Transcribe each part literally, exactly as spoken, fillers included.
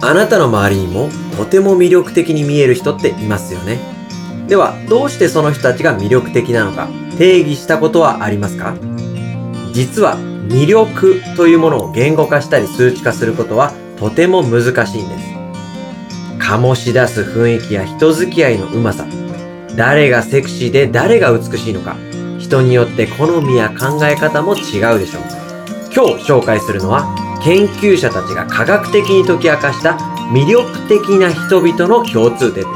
あなたの周りにもとても魅力的に見える人っていますよね。では、どうしてその人たちが魅力的なのか定義したことはありますか？実は魅力というものを言語化したり数値化することはとても難しいんです。醸し出す雰囲気や人付き合いのうまさ、誰がセクシーで誰が美しいのか、人によって好みや考え方も違うでしょう。今日紹介するのは研究者たちが科学的に解き明かした魅力的な人々の共通点です。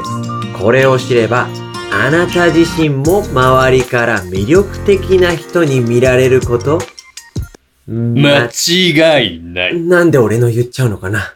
これを知ればあなた自身も周りから魅力的な人に見られること間違いない。 なんで俺の言っちゃうのかな。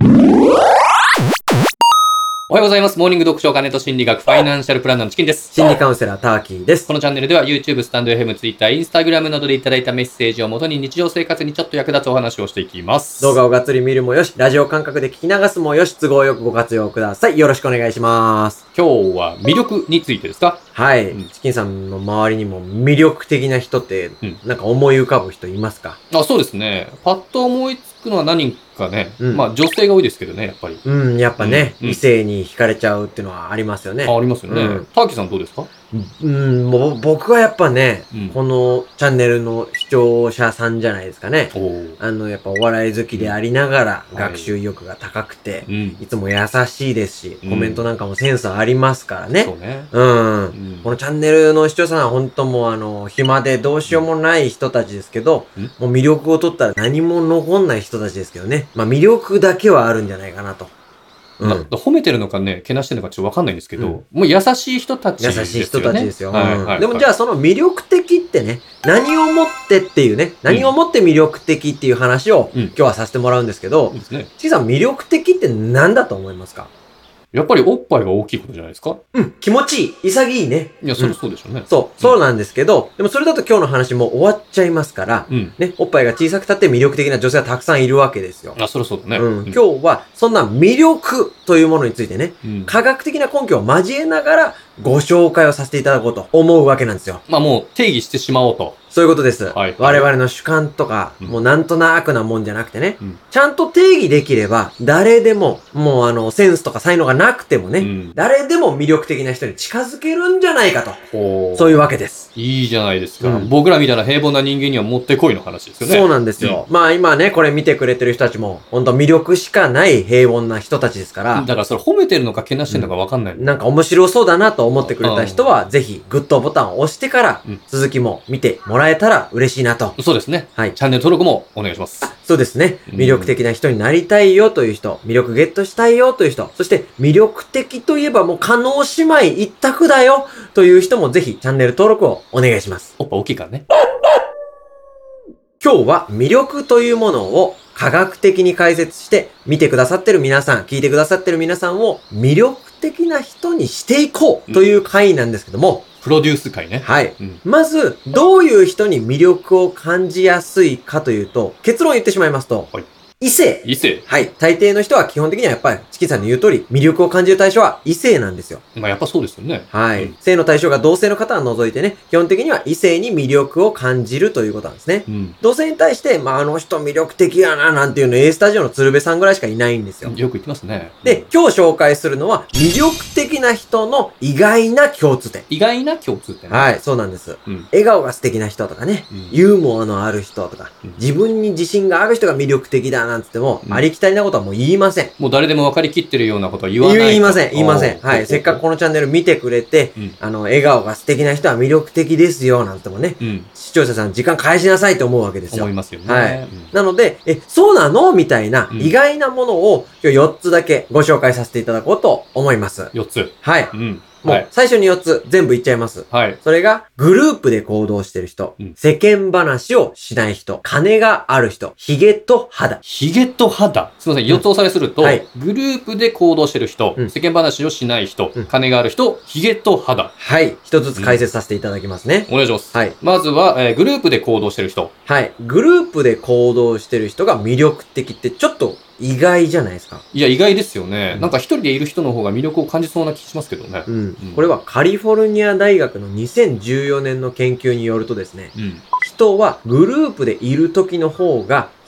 おはようございます。モーニング読書お金と心理学ファイナンシャルプランナーのチキンです。 心理カウンセラーターキーです。 このチャンネルでは YouTube、スタンドエフエム、Twitter、Instagram などでいただいたメッセージをもとに日常生活にちょっと役立つお話をしていきます。 動画をがっつり見るもよし、ラジオ感覚で聞き流すもよし、都合よくご活用ください。よろしくお願いします。 今日は魅力についてですか？ はい、 うん、 チキンさんの周りにも魅力的な人って、うん、なんか思い浮かぶ人いますか？ あ、そうですね。パッと思いつくのは何かね、うん、まあ女性が多いですけどね、やっぱり。 うん、やっぱね、うん、異性に惹かれちゃうっていうのはありますよね。 あ、ありますよね。うん、ターキーさんどうですか？ うん、もう僕はやっぱね、うん、このチャンネルの視聴者さんじゃないですかね。あの、やっぱお笑い好きでありながら、学習意欲が高くて、はい、いつも優しいですし、コメントなんかもセンスありますからね。 そうね。 うん。うん、このチャンネルの視聴者さんは本当もうあの、暇でどうしようもない人たちですけど、うん、もう魅力を取ったら何も残んない人たちですけどね。まあ魅力だけはあるんじゃないかなと。 うん、褒めてるのかね、けなしてるのかちょっとわかんないんですけど、うん、もう優しい人たちですよね。 優しい人たちですよ。はいはいはい、でもじゃあその魅力的ってね、何をもってっていうね、何をもって魅力的っていう話を今日はさせてもらうんですけど、チキさん魅力的って何だと思いますか？ やっぱりおっぱいが大きいことじゃないですか？ うん、気持ちいい。潔いね。 いや、それそうでしょうね。 うん、そう、そうなんですけど、うん、でもそれだと今日の話も終わっちゃいますから、うん、ね、おっぱいが小さくたって魅力的な女性がたくさんいるわけですよ。 あ、そりゃそうだね。 うん。うん、今日はそんな魅力というものについてね、うん、科学的な根拠を交えながらご紹介をさせていただこうと思うわけなんですよ。 まあもう定義してしまおうと。 そういうことです。はいはい、我々の主観とか、うん、もうなんとなくなもんじゃなくてね、うん、ちゃんと定義できれば、誰でも、もうあの、センスとか才能がなくてもね、うん、誰でも魅力的な人に近づけるんじゃないかと。そういうわけです。 いいじゃないですか。うん、僕らみたいな平凡な人間にはもってこいの話ですよね。 そうなんですよ。うん、まあ今ね、これ見てくれてる人たちも、ほんと魅力しかない平凡な人たちですから。 だからそれ褒めてるのかけなしてるのかわかんない、 うん。なんか面白そうだなと思ってくれた人は、ぜひグッドボタンを押してから、続きも見てもらえたら嬉しいなと。 そうですね。はい。チャンネル登録もお願いします。 そうですね。魅力的な人になりたいよという人、魅力ゲットしたいよという人、そして魅力的といえばもう加納姉妹一択だよという人もぜひチャンネル登録をお願いします。 おっぱ大きいからね。 今日は魅力というものを科学的に解説して見てくださってる皆さん、聞いてくださってる皆さんを魅力的な人にしていこうという回なんですけども、 プロデュース会ね。 はい。うん、まず、どういう人に魅力を感じやすいかというと、結論言ってしまいますと、はい、異性。 異性。 はい。大抵の人は基本的にはやっぱり、チキさんの言う通り、魅力を感じる対象は異性なんですよ。 まあやっぱそうですよね。 はい。うん、性の対象が同性の方は除いてね、基本的には異性に魅力を感じるということなんですね。うん、同性に対して、まああの人魅力的やな、なんていうの A スタジオの鶴瓶さんぐらいしかいないんですよ。 よく言ってますね。 で、今日紹介するのは、魅力的な人の意外な共通点。 意外な共通点、ね、 はい、そうなんです。うん、笑顔が素敵な人とかね、うん、ユーモアのある人とか、うん、自分に自信がある人が魅力的だなんつっても、うん、ありきたりなことはもう言いません。 もう誰でも分かりきってるようなことは言わない。 言いません、言いません。はい。せっかくこのチャンネル見てくれて、うん、あの、笑顔が素敵な人は魅力的ですよ、なんてもね、うん、視聴者さん時間返しなさいと思うわけですよ。 思いますよね。 はい。 うん、 なので、え、そうなのみたいな意外なものを今日よっつだけご紹介させていただこうと思います。 よっつ。 はい。うんもう、最初によっつ、全部言っちゃいます。はい。それが、グループで行動してる人、うん、世間話をしない人、金がある人、ヒゲと肌。 ヒゲと肌すいません、よっつおさらいすると、うんはい、グループで行動してる人、うん、世間話をしない人、うん、金がある人、ヒゲと肌。 はい。一つずつ解説させていただきますね。 お願いします。はい。まずは、えー、グループで行動してる人。 はい。グループで行動してる人が魅力的ってちょっと、意外じゃないですか。 いや、意外ですよね。うん、なんか一人でいる人の方が魅力を感じそうな気しますけどね。 うん。うん、これはカリフォルニア大学のにせんじゅうよねんの研究によるとですね、うん、人はグループでいる時の方が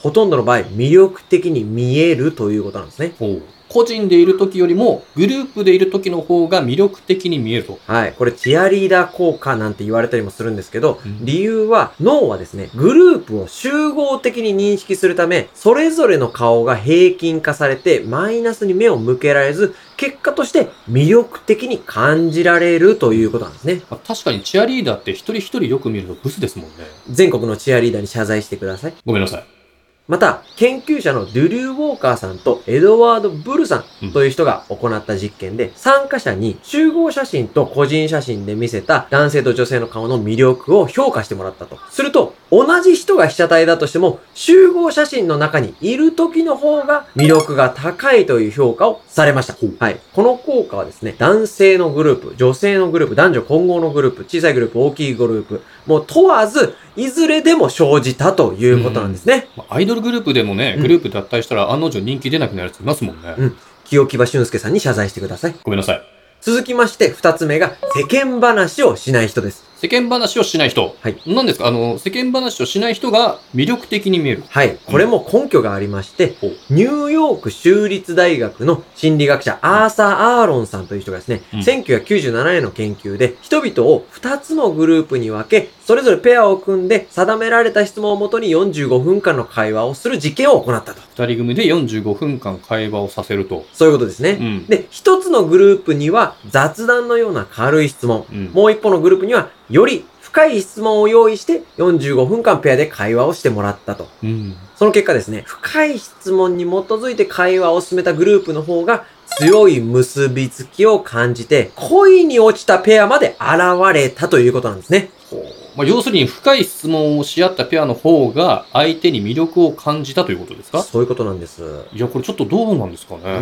ほとんどの場合、魅力的に見えるということなんですね。 ほう。個人でいる時よりも、グループでいる時の方が魅力的に見えると。 はい。これ、チアリーダー効果なんて言われたりもするんですけど、 うん、 理由は、脳はですね、グループを集合的に認識するため、それぞれの顔が平均化されて、マイナスに目を向けられず、結果として魅力的に感じられるということなんですね。 まあ、確かにチアリーダーって一人一人よく見るとブスですもんね。 全国のチアリーダーに謝罪してください。 ごめんなさい。 また、研究者のドゥリュー・ウォーカーさんとエドワード・ブルさんという人が行った実験で、参加者に集合写真と個人写真で見せた男性と女性の顔の魅力を評価してもらったと。すると、同じ人が被写体だとしても、集合写真の中にいる時の方が魅力が高いという評価をされました。はい。この効果はですね、男性のグループ、女性のグループ、男女混合のグループ、小さいグループ、大きいグループ、もう問わず、いずれでも生じたということなんですね。 うん、アイドルグループでもね、グループ脱退したら案の定人気出なくなるやついますもんね。 うん。清木場俊介さんに謝罪してください。 ごめんなさい。 続きまして、二つ目が、世間話をしない人です。 世間話をしない人。 はい。 何ですかあの、世間話をしない人が魅力的に見える。 はい。これも根拠がありまして、うん、ニューヨーク州立大学の心理学者、アーサー・アーロンさんという人がですね、うん、せんきゅうひゃくきゅうじゅうななねんの研究で、人々を二つのグループに分け、それぞれペアを組んで、定められた質問をもとによんじゅうごふんかんの会話をする実験を行ったと。 二人組でよんじゅうごふんかん会話をさせると。 そういうことですね。うん、で、一つのグループには雑談のような軽い質問。うん、もう一方のグループには、より深い質問を用意してよんじゅうごふんかんペアで会話をしてもらったと。うん、その結果ですね、深い質問に基づいて会話を進めたグループの方が強い結びつきを感じて、恋に落ちたペアまで現れたということなんですね。 まあ、要するに深い質問をし合ったペアの方が相手に魅力を感じたということですか？ そういうことなんです。 いや、これちょっとどうなんですかね。 うん。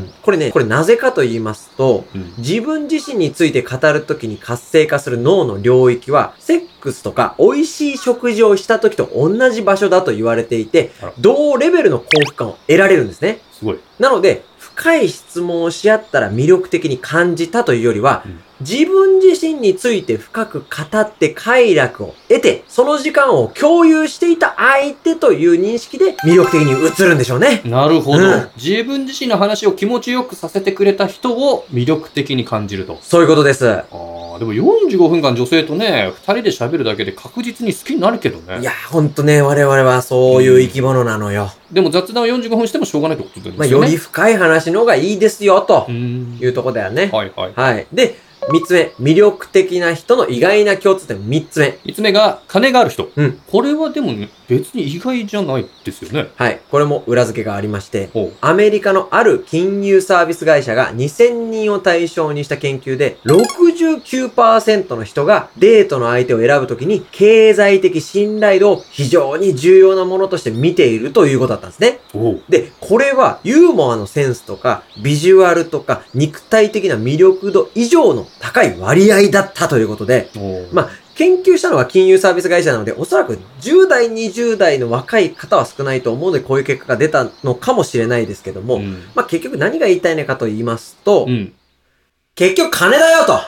これね、これなぜかと言いますと、うん、自分自身について語るときに活性化する脳の領域は、セックスとか美味しい食事をしたときと同じ場所だと言われていて、同レベルの幸福感を得られるんですね。 すごい。 なので、深い質問をし合ったら魅力的に感じたというよりは、うん、自分自身について深く語って快楽を得て、その時間を共有していた相手という認識で魅力的に映るんでしょうね。 なるほど、うん。自分自身の話を気持ちよくさせてくれた人を魅力的に感じると。 そういうことです。 ああ、でもよんじゅうごふんかん女性とね、二人で喋るだけで確実に好きになるけどね。 いや、ほんとね、我々はそういう生き物なのよ。 うん、でも雑談をよんじゅうごふんしてもしょうがないってことですよね。 まあ、より深い話の方がいいですよ、というとこだよね。 はいはい。 はい。で、三つ目、魅力的な人の意外な共通点三つ目。 三つ目が、金がある人。 うん。 これはでも、ね、別に意外じゃないですよね。 はい。これも裏付けがありまして、アメリカのある金融サービス会社がにせんにんを対象にした研究で、ろくじゅうきゅうパーセントの人がデートの相手を選ぶときに、経済的信頼度を非常に重要なものとして見ているということだったんですね。で、これはユーモアのセンスとか、ビジュアルとか、肉体的な魅力度以上の高い割合だったということで、まあ、研究したのは金融サービス会社なので、おそらくじゅうだい、にじゅうだいの若い方は少ないと思うので、こういう結果が出たのかもしれないですけども、うん、まあ結局何が言いたいのかと言いますと、うん、結局金だよと。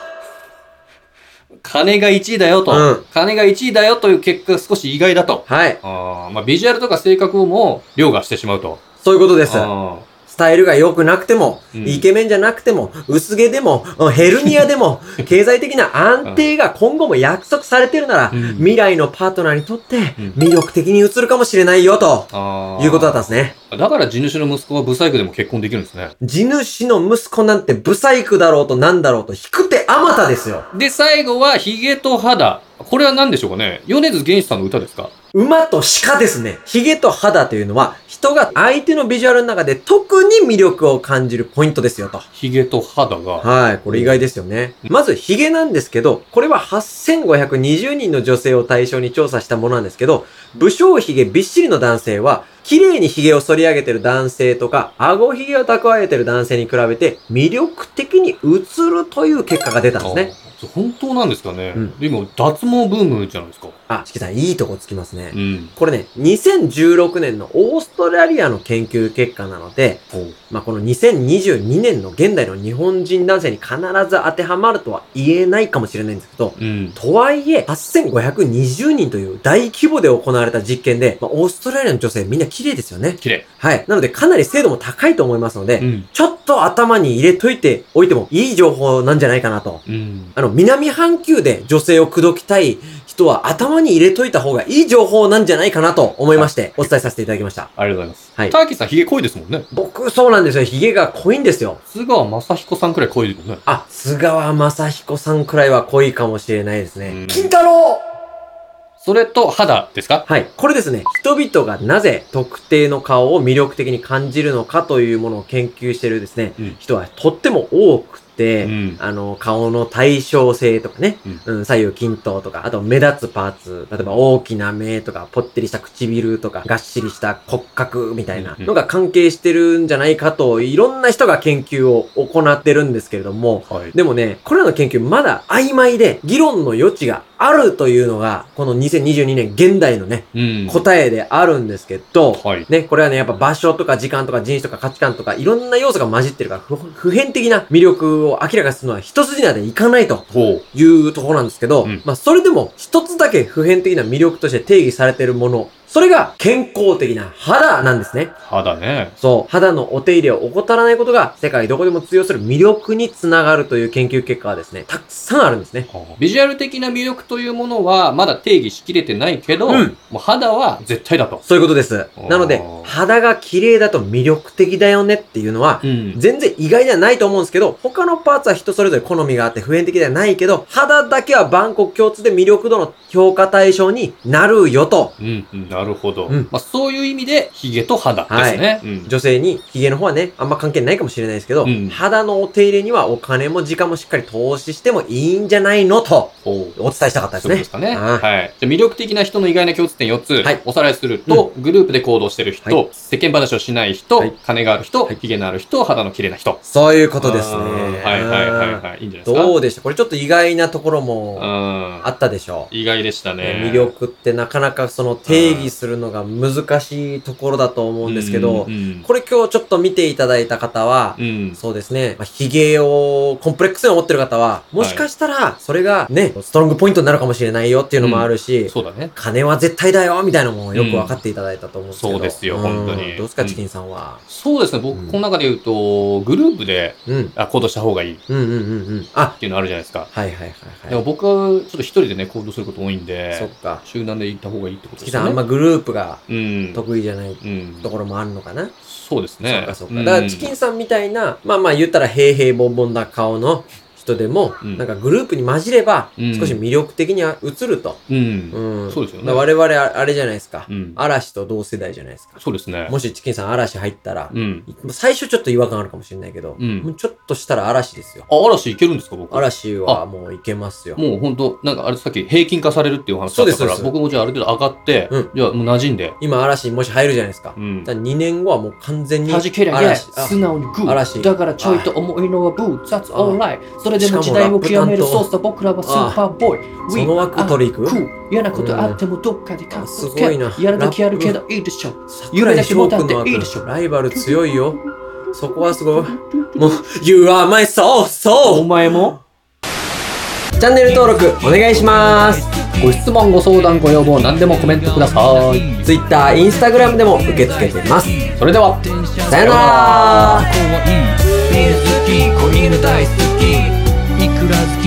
金がいちいだよと、うん。金がいちいだよという結果が少し意外だと。 はい。 あまあビジュアルとか性格をも凌駕してしまうと。 そういうことです。スタイルが良くなくても、うん、イケメンじゃなくても、薄毛でも、ヘルニアでも、経済的な安定が今後も約束されてるなら、うん、未来のパートナーにとって魅力的に映るかもしれないよと、うん、いうことだったんですね。 だから地主の息子はブサイクでも結婚できるんですね。 地主の息子なんてブサイクだろうとなんだろうと、引く手あまたですよ。 で、最後はヒゲと肌。これは何でしょうかね。米津玄師さんの歌ですか？ 馬と鹿ですね。ヒゲと肌というのは、人が相手のビジュアルの中で特に魅力を感じるポイントですよと。 ヒゲと肌が。 はい。これ意外ですよね。まず、ヒゲなんですけど、これははっせんごひゃくにじゅうにんの女性を対象に調査したものなんですけど、武将ヒゲびっしりの男性は、綺麗にヒゲを剃り上げてる男性とか、顎ヒゲを蓄えてる男性に比べて、魅力的に映るという結果が出たんですね。 本当なんですかね。 うん、 今、脱毛ブームじゃないですか。 あ、チキさん、いいとこつきますね。 うん、 これね、にせんじゅうろくねんのオーストラリアの研究結果なので、まあ、このにせんにじゅうにねんの現代の日本人男性に必ず当てはまるとは言えないかもしれないんですけど、 うん、 とはいえ、はっせんごひゃくにじゅうにんという大規模で行われた実験で、まあ、オーストラリアの女性みんな綺麗ですよね。 綺麗。 はい。なので、かなり精度も高いと思いますので、 うん、 ちょっと頭に入れといておいてもいい情報なんじゃないかなと。 うん、 あの、南半球で女性を口説きたい人は頭に入れといた方がいい情報なんじゃないかなと思いまして、お伝えさせていただきました。 ありがとうございます。 はい。 ターキーさん、髭濃いですもんね。 僕、そうなんですよ。髭が濃いんですよ。 津川雅彦さんくらい濃いですもんね。 あ、津川雅彦さんくらいは濃いかもしれないですね。金太郎それと肌ですか？ はい。これですね、人々がなぜ特定の顔を魅力的に感じるのかというものを研究しているですね、うん、人はとっても多くて、うん、あの、顔の対称性とかね、うん、うん、左右均等とか、あと目立つパーツ、例えば大きな目とか、ぽってりした唇とか、がっしりした骨格みたいなのが関係してるんじゃないかと、いろんな人が研究を行ってるんですけれども、はい、でもね、これらの研究まだ曖昧で、議論の余地があるというのが、このにせんにじゅうにねん現代のね、うん、答えであるんですけど、はい、ね、これはね、やっぱ場所とか時間とか人種とか価値観とか、いろんな要素が混じってるから、普遍的な魅力を明らかにするのは一筋縄でいかないというところなんですけど、うん、まあそれでも一つだけ普遍的な魅力として定義されているもの、それが健康的な肌なんですね。 肌ね。 そう。肌のお手入れを怠らないことが世界どこでも通用する魅力につながるという研究結果はですね、たくさんあるんですね。 ビジュアル的な魅力というものはまだ定義しきれてないけど、うん、もう肌は絶対だと。 そういうことです。なので、肌が綺麗だと魅力的だよねっていうのは、うん、全然意外ではないと思うんですけど、他のパーツは人それぞれ好みがあって普遍的ではないけど、肌だけは万国共通で魅力度の評価対象になるよと。 うんうんなるほど。うん、まあそういう意味で、髭と肌ですね。 はいうん、女性に髭の方はね、あんま関係ないかもしれないですけど、うん、肌のお手入れにはお金も時間もしっかり投資してもいいんじゃないのと、お伝えしたかったですね。 そうですかね。はい。じゃ魅力的な人の意外な共通点よっつ、はい、おさらいすると、うん、グループで行動してる人、はい、世間話をしない人、はい、金がある人、はい、髭のある人、肌の綺麗な人。 そういうことですね。 はいはいはいはい。いいんじゃないですか。 どうでしたこれちょっと意外なところもあったでしょう。 意外でしたね。 魅力ってなかなかその定義するのが難しいところだと思うんですけど、うんうん、これ今日ちょっと見ていただいた方は、うん、そうですね、まあ、髭をコンプレックスに思ってる方は、もしかしたらそれがね、ストロングポイントになるかもしれないよっていうのもあるし、うん、 そうだね。 金は絶対だよみたいなのもよく分かっていただいたと思うんですけど、 そうですよ、本当に。 どうですか、チキンさんは。 そうですね、僕、この中で言うと、グループで、うん、あ行動した方がいい。うんうんうんうん。あっていうのあるじゃないですか。 はいはいはいはい。 でも僕はちょっと一人でね、行動すること多いんで、そっか。集団で行った方がいいってことですね。 チキンさんあんまグループが得意じゃないところもあるのかな。 そうですね。 そうかそうか。だからチキンさんみたいな、まあまあ言ったら平々凡々な顔の人でも、うん、なんかグループに混じれば、少し魅力的には映ると。うん。うん、そうですよね。我々あれじゃないですか、うん。嵐と同世代じゃないですか。 そうですね。 もしチキンさん嵐入ったら、うん、最初ちょっと違和感あるかもしれないけど、うん、もうちょっとしたら嵐ですよ。 あ、嵐いけるんですか僕。 嵐はもういけますよ。 もうほんと、なんかあれさっき平均化されるっていう話だったから、僕もじゃあある程度上がって、うん、じゃあもう馴染んで。 今嵐にもし入るじゃないですか。うん、にねんごはもう完全に。 弾けりゃ嵐。素直にグー。嵐。だからちょいと思いのはブー。That's alright。それでも時代を極めるそうした僕らはスーパーボーイ。 その枠取り行く？ 嫌なことあってもどっかでカッすごいな。 やるだけやるけどいいでしょ。夢だけ持たっていいでしょ。 ライバル強いよ。そこはすごい。もう、You are my soul, soul! お前もチャンネル登録お願いします。 ご質問、ご相談、ご要望、何でもコメントください。 Twitter、Instagram でも受け付けてます。 それでは、 さよなら。 ビール好き、子犬大好き、いくら